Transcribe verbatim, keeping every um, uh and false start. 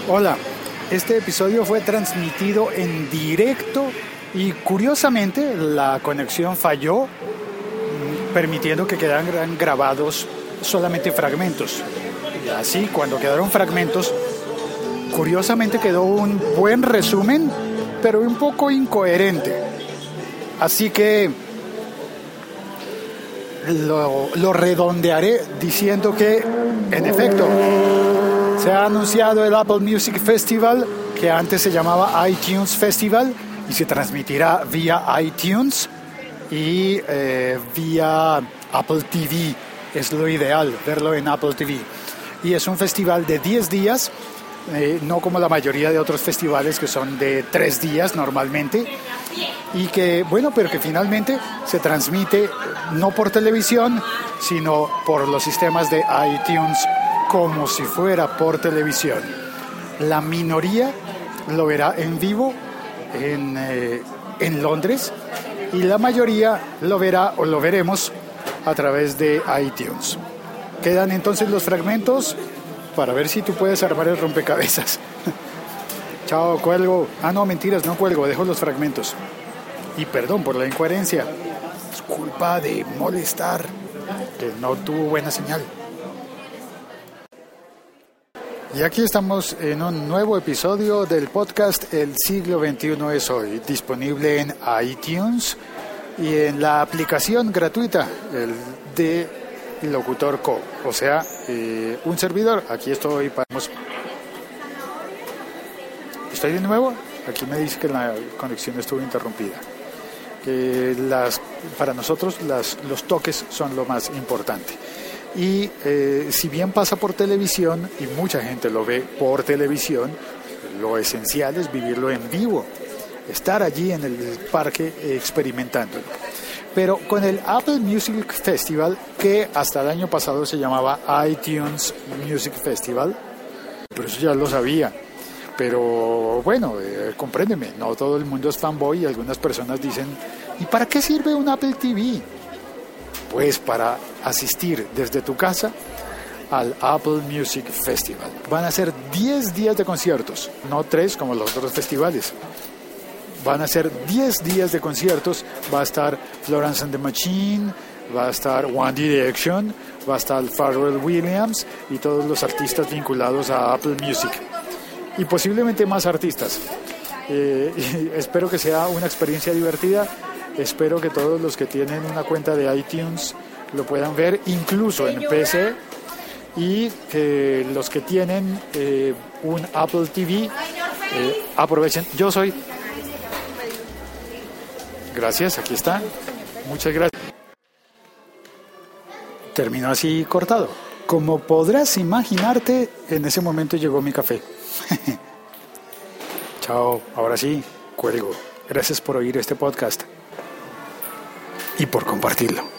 Hola, este episodio fue transmitido en directo y curiosamente la conexión falló, permitiendo que quedaran grabados solamente fragmentos. Y así, cuando quedaron fragmentos, curiosamente quedó un buen resumen, pero un poco incoherente. Así que lo, lo redondearé diciendo que, en efecto, se ha anunciado el Apple Music Festival, que antes se llamaba iTunes Festival, y se transmitirá vía iTunes y eh, vía Apple T V. Es lo ideal, verlo en Apple T V. Y es un festival de diez días, eh, no como la mayoría de otros festivales que son de tres días normalmente. Y que, bueno, pero que finalmente se transmite no por televisión, sino por los sistemas de iTunes, como si fuera por televisión. La minoría lo verá en vivo en, eh, en Londres, y la mayoría lo verá o lo veremos a través de iTunes. Quedan entonces los fragmentos para ver si tú puedes armar el rompecabezas. Chao, cuelgo. Ah, no, mentiras, no cuelgo, dejo los fragmentos. Y perdón por la incoherencia. Es culpa de molestar, que no tuvo buena señal. Y aquí estamos en un nuevo episodio del podcast El siglo veintiuno es hoy, disponible en iTunes y en la aplicación gratuita el de Locutor Co. O sea, eh, un servidor. Aquí estoy para... ¿Estoy de nuevo? Aquí me dice que la conexión estuvo interrumpida. Que las, para nosotros las, los toques son lo más importante. Y eh, si bien pasa por televisión, y mucha gente lo ve por televisión, lo esencial es vivirlo en vivo, estar allí en el parque experimentándolo. Pero con el Apple Music Festival, que hasta el año pasado se llamaba iTunes Music Festival, pero eso ya lo sabía. Pero bueno, eh, compréndeme, no todo el mundo es fanboy y algunas personas dicen, ¿y para qué sirve un Apple T V? Pues para asistir desde tu casa al Apple Music Festival. Van a ser diez días de conciertos, no tres como los otros festivales. Van a ser diez días de conciertos. Va a estar Florence and the Machine, va a estar One Direction, va a estar Pharrell Williams y todos los artistas vinculados a Apple Music. Y posiblemente más artistas. Eh, espero que sea una experiencia divertida. Espero que todos los que tienen una cuenta de iTunes lo puedan ver, incluso en P C, y que los que tienen eh, un Apple T V eh, aprovechen. Yo soy... Gracias, aquí está. Muchas gracias. Terminó así cortado. Como podrás imaginarte, en ese momento llegó mi café. Chao, ahora sí, cuelgo. Gracias por oír este podcast y por compartirlo.